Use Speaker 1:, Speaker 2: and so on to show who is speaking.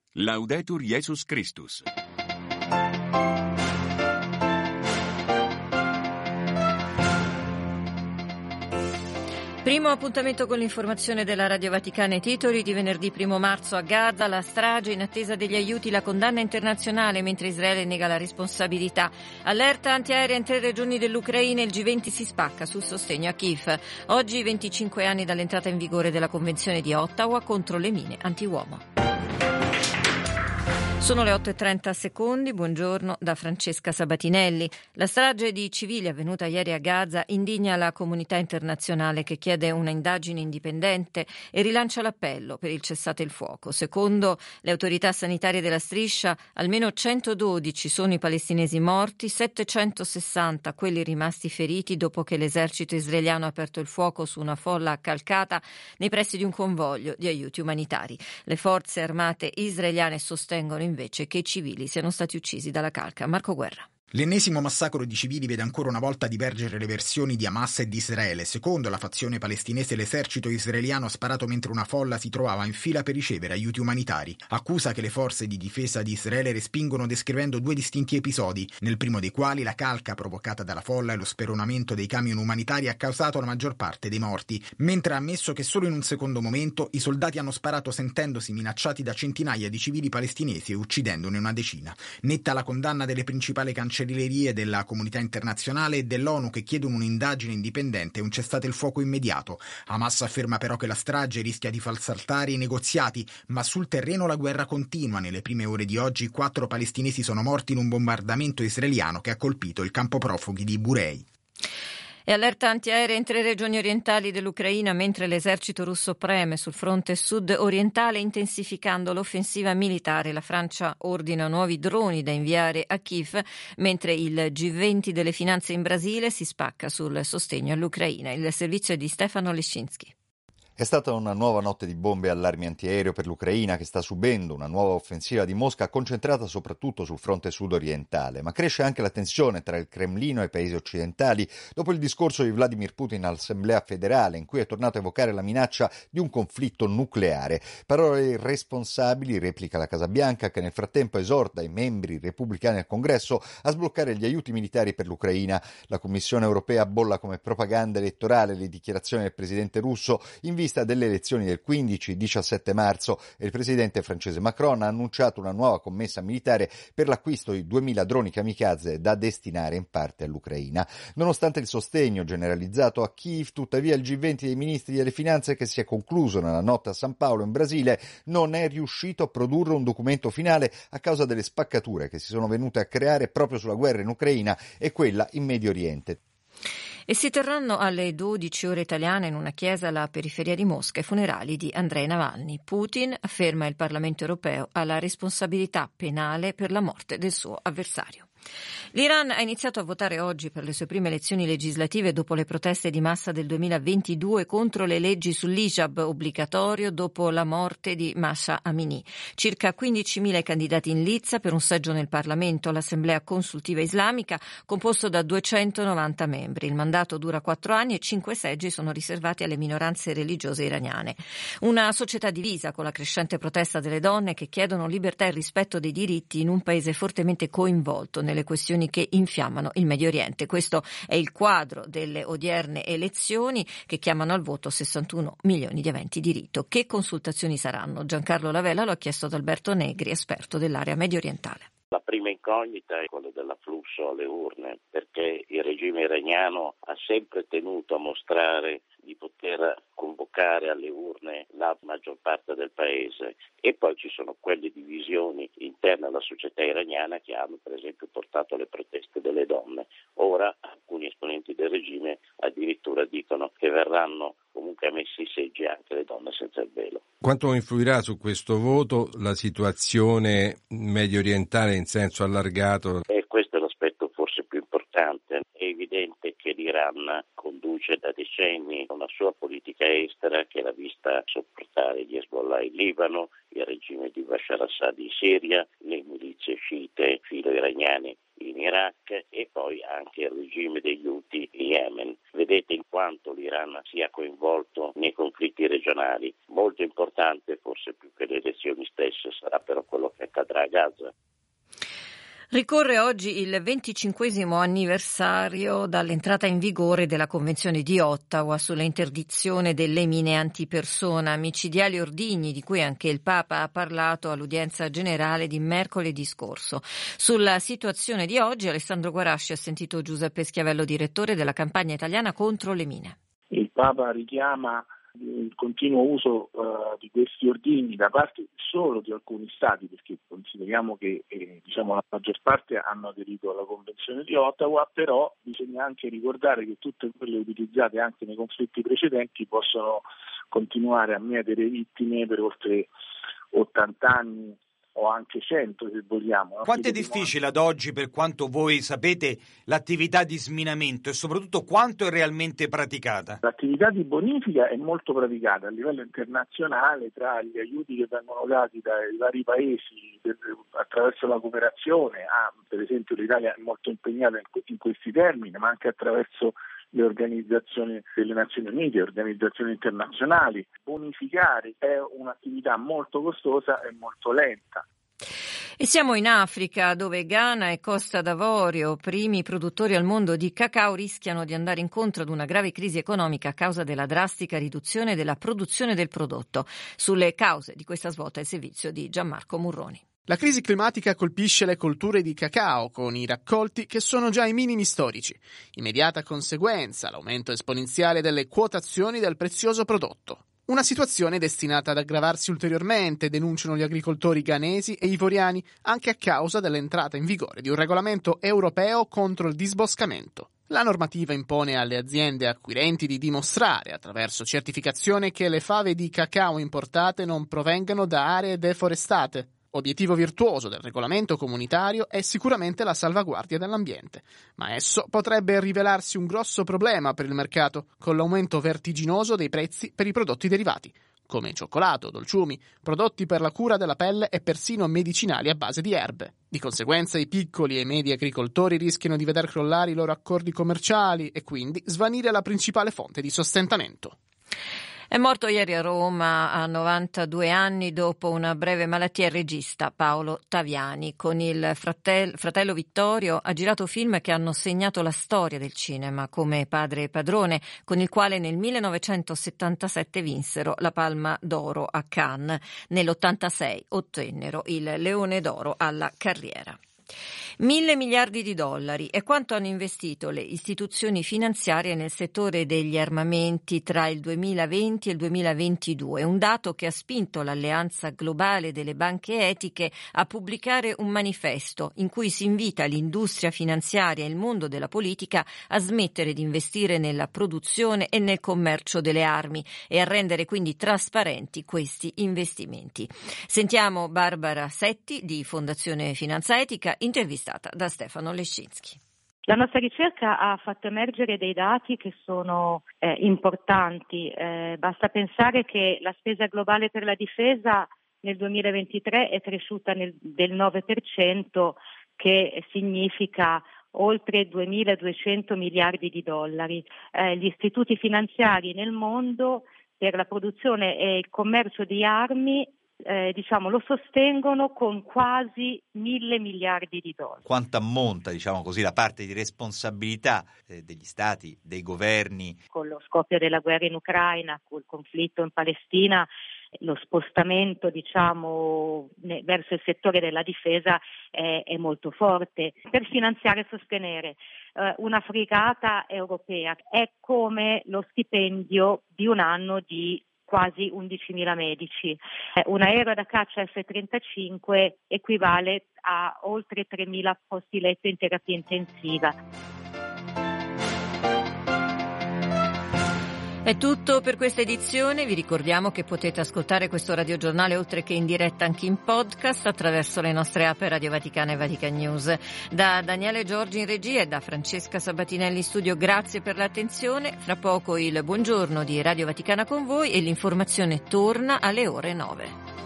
Speaker 1: Laudetur Jesus Christus.
Speaker 2: Primo appuntamento con l'informazione della Radio Vaticana. I titoli di venerdì 1 marzo a Gaza, la strage in attesa degli aiuti, la condanna internazionale mentre Israele nega la responsabilità. Allerta antiaerea in 3 regioni dell'Ucraina, il G20 si spacca sul sostegno a Kiev. Oggi 25 anni dall'entrata in vigore della Convenzione di Ottawa contro le mine antiuomo. Sono le 8:30, buongiorno da Francesca Sabatinelli. La strage di civili avvenuta ieri a Gaza indigna la comunità internazionale che chiede una indagine indipendente e rilancia l'appello per il cessate il fuoco. Secondo le autorità sanitarie della striscia, almeno 112 sono i palestinesi morti, 760 quelli rimasti feriti dopo che l'esercito israeliano ha aperto il fuoco su una folla accalcata nei pressi di un convoglio di aiuti umanitari. Le forze armate israeliane sostengono invece che i civili siano stati uccisi dalla calca. Marco Guerra.
Speaker 3: L'ennesimo massacro di civili vede ancora una volta divergere le versioni di Hamas e di Israele. Secondo la fazione palestinese, l'esercito israeliano ha sparato mentre una folla si trovava in fila per ricevere aiuti umanitari. Accusa che le forze di difesa di Israele respingono descrivendo 2 distinti episodi, nel primo dei quali la calca provocata dalla folla e lo speronamento dei camion umanitari ha causato la maggior parte dei morti, mentre ha ammesso che solo in un secondo momento i soldati hanno sparato sentendosi minacciati da centinaia di civili palestinesi e uccidendone una decina. Netta la condanna delle principali cancellerie della comunità internazionale e dell'ONU che chiedono un'indagine indipendente e un cessate il fuoco immediato. Hamas afferma però che la strage rischia di far saltare i negoziati, ma sul terreno la guerra continua. Nelle prime ore di oggi 4 palestinesi sono morti in un bombardamento israeliano che ha colpito il campo profughi di Burei.
Speaker 2: E allerta antiaerea in 3 regioni orientali dell'Ucraina mentre l'esercito russo preme sul fronte sud-orientale intensificando l'offensiva militare. La Francia ordina nuovi droni da inviare a Kiev mentre il G20 delle finanze in Brasile si spacca sul sostegno all'Ucraina. Il servizio è di Stefano Lescinski.
Speaker 4: È stata una nuova notte di bombe e allarmi antiaereo per l'Ucraina che sta subendo una nuova offensiva di Mosca concentrata soprattutto sul fronte sud-orientale, ma cresce anche la tensione tra il Cremlino e i paesi occidentali dopo il discorso di Vladimir Putin all'Assemblea federale in cui è tornato a evocare la minaccia di un conflitto nucleare. Parole irresponsabili, replica la Casa Bianca che nel frattempo esorta i membri repubblicani al Congresso a sbloccare gli aiuti militari per l'Ucraina. La Commissione europea bolla come propaganda elettorale le dichiarazioni del presidente russo in vista delle elezioni del 15-17 marzo e il presidente francese Macron ha annunciato una nuova commessa militare per l'acquisto di 2000 droni kamikaze da destinare in parte all'Ucraina. Nonostante il sostegno generalizzato a Kiev, tuttavia il G20 dei ministri delle finanze che si è concluso nella notte a San Paolo in Brasile non è riuscito a produrre un documento finale a causa delle spaccature che si sono venute a creare proprio sulla guerra in Ucraina e quella in Medio Oriente.
Speaker 2: E si terranno alle 12 ore italiane in una chiesa alla periferia di Mosca i funerali di Andrei Navalny. Putin, afferma il Parlamento europeo, ha la responsabilità penale per la morte del suo avversario. L'Iran ha iniziato a votare oggi per le sue prime elezioni legislative dopo le proteste di massa del 2022 contro le leggi sull'hijab obbligatorio dopo la morte di Mahsa Amini. Circa 15.000 candidati in lizza per un seggio nel Parlamento, l'Assemblea Consultiva Islamica, composto da 290 membri. Il mandato dura 4 anni e 5 seggi sono riservati alle minoranze religiose iraniane. Una società divisa con la crescente protesta delle donne che chiedono libertà e rispetto dei diritti in un paese fortemente coinvolto nelle questioni che infiammano il Medio Oriente. Questo è il quadro delle odierne elezioni che chiamano al voto 61 milioni di aventi diritto. Che consultazioni saranno? Giancarlo Lavella lo ha chiesto ad Alberto Negri, esperto dell'area medio orientale.
Speaker 5: La prima incognita è quella dell'afflusso alle urne, perché il regime iraniano ha sempre tenuto a mostrare di poter convocare alle urne la maggior parte del paese e poi ci sono quelle divisioni interne alla società iraniana che hanno per esempio portato alle proteste delle donne. Ora alcuni esponenti del regime addirittura dicono che verranno comunque ammessi i seggi anche alle donne senza il velo.
Speaker 6: Quanto influirà su questo voto la situazione medio orientale in senso allargato?
Speaker 5: E questo è l'aspetto forse più importante. È evidente che l'Iran conduce da decenni una sua politica estera che l'ha vista sopportare gli Hezbollah in Libano, il regime di Bashar Assad in Siria, le milizie sciite filo-iraniane in Iraq e poi anche il regime degli Houthi in Yemen. Vedete in quanto l'Iran sia coinvolto nei conflitti regionali. Molto importante, forse più che le elezioni stesse, sarà però quello che accadrà a Gaza.
Speaker 2: Ricorre oggi il 25° anniversario dall'entrata in vigore della Convenzione di Ottawa sulla interdizione delle mine antipersona, micidiali ordigni di cui anche il Papa ha parlato all'udienza generale di mercoledì scorso. Sulla situazione di oggi Alessandro Guarasci ha sentito Giuseppe Schiavello, direttore della campagna italiana contro le mine.
Speaker 7: Il Papa richiama il continuo uso di questi ordigni da parte solo di alcuni stati, perché consideriamo che la maggior parte hanno aderito alla Convenzione di Ottawa, però bisogna anche ricordare che tutte quelle utilizzate anche nei conflitti precedenti possono continuare a mietere vittime per oltre 80 anni o anche 100 se vogliamo.
Speaker 8: Quanto è difficile ad oggi, per quanto voi sapete, l'attività di sminamento e soprattutto quanto è realmente praticata?
Speaker 7: L'attività di bonifica è molto praticata a livello internazionale tra gli aiuti che vengono dati dai vari paesi attraverso la cooperazione. Per esempio l'Italia è molto impegnata in questi termini, ma anche attraverso le organizzazioni delle Nazioni Unite, organizzazioni internazionali. Bonificare è un'attività molto costosa e molto lenta.
Speaker 2: E siamo in Africa, dove Ghana e Costa d'Avorio, primi produttori al mondo di cacao, rischiano di andare incontro ad una grave crisi economica a causa della drastica riduzione della produzione del prodotto. Sulle cause di questa svolta il servizio di Gianmarco Murroni.
Speaker 9: La crisi climatica colpisce le colture di cacao, con i raccolti che sono già ai minimi storici. Immediata conseguenza, l'aumento esponenziale delle quotazioni del prezioso prodotto. Una situazione destinata ad aggravarsi ulteriormente, denunciano gli agricoltori ghanesi e ivoriani, anche a causa dell'entrata in vigore di un regolamento europeo contro il disboscamento. La normativa impone alle aziende acquirenti di dimostrare, attraverso certificazione, che le fave di cacao importate non provengano da aree deforestate. Obiettivo virtuoso del regolamento comunitario è sicuramente la salvaguardia dell'ambiente, ma esso potrebbe rivelarsi un grosso problema per il mercato, con l'aumento vertiginoso dei prezzi per i prodotti derivati, come cioccolato, dolciumi, prodotti per la cura della pelle e persino medicinali a base di erbe. Di conseguenza i piccoli e medi agricoltori rischiano di veder crollare i loro accordi commerciali e quindi svanire la principale fonte di sostentamento.
Speaker 2: È morto ieri a Roma a 92 anni dopo una breve malattia il regista Paolo Taviani. Con il fratello Vittorio ha girato film che hanno segnato la storia del cinema, come Padre e Padrone, con il quale nel 1977 vinsero la Palma d'Oro a Cannes. Nell'86 ottennero il Leone d'Oro alla carriera. 1.000 miliardi di dollari è quanto hanno investito le istituzioni finanziarie nel settore degli armamenti tra il 2020 e il 2022, un dato che ha spinto l'Alleanza Globale delle Banche Etiche a pubblicare un manifesto in cui si invita l'industria finanziaria e il mondo della politica a smettere di investire nella produzione e nel commercio delle armi e a rendere quindi trasparenti questi investimenti. Sentiamo Barbara Setti di Fondazione Finanza Etica, intervistata da Stefano Lescinski.
Speaker 10: La nostra ricerca ha fatto emergere dei dati che sono importanti. Basta pensare che la spesa globale per la difesa nel 2023 è cresciuta del 9%, che significa oltre 2.200 miliardi di dollari. Gli istituti finanziari nel mondo per la produzione e il commercio di armi lo sostengono con quasi 1.000 miliardi di dollari.
Speaker 8: Quanto ammonta, la parte di responsabilità degli stati, dei governi?
Speaker 10: Con lo scoppio della guerra in Ucraina, col conflitto in Palestina, lo spostamento verso il settore della difesa è molto forte. Per finanziare e sostenere una fregata europea è come lo stipendio di un anno di quasi 11.000 medici. Un aereo da caccia F-35 equivale a oltre 3.000 posti letto in terapia intensiva.
Speaker 2: È tutto per questa edizione. Vi ricordiamo che potete ascoltare questo radiogiornale oltre che in diretta anche in podcast attraverso le nostre app Radio Vaticana e Vatican News. Da Daniele Giorgi in regia e da Francesca Sabatinelli in studio, grazie per l'attenzione. Fra poco il buongiorno di Radio Vaticana con voi e l'informazione torna alle ore 9.